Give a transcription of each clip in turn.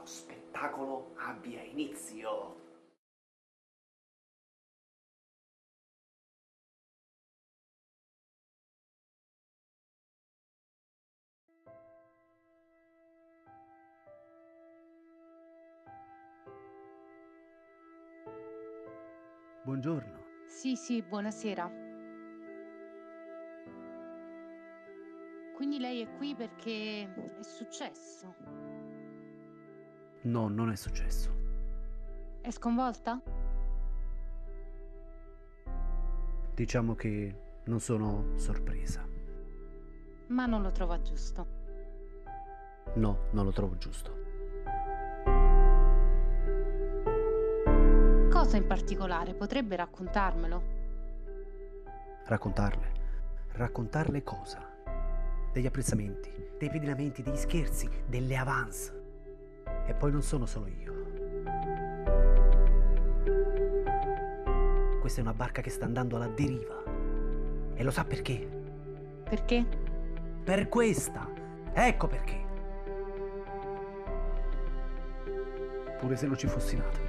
spettacolo abbia inizio. Buongiorno. Sì, buonasera. Quindi lei è qui perché è successo? No, non è successo. È sconvolta? Diciamo che non sono sorpresa. Ma non lo trova giusto. No, non lo trovo giusto. Cosa in particolare? Potrebbe raccontarmelo? Raccontarle. Raccontarle cosa? Degli apprezzamenti, dei pedinamenti, degli scherzi, delle avance. E poi non sono solo io. Questa è una barca che sta andando alla deriva. E lo sa perché? Perché? Per questa! Ecco perché! Pure se non ci fossi nato.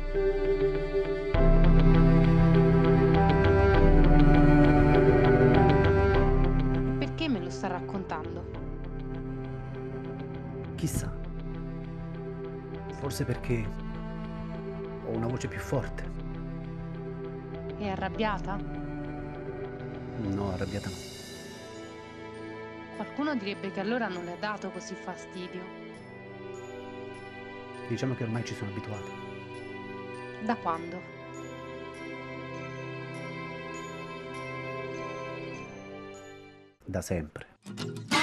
Perché me lo sta raccontando? Chissà. Forse perché ho una voce più forte. È arrabbiata? No, arrabbiata no. Qualcuno direbbe che allora non le ha dato così fastidio. Diciamo che ormai ci sono abituato. Da quando? Da sempre.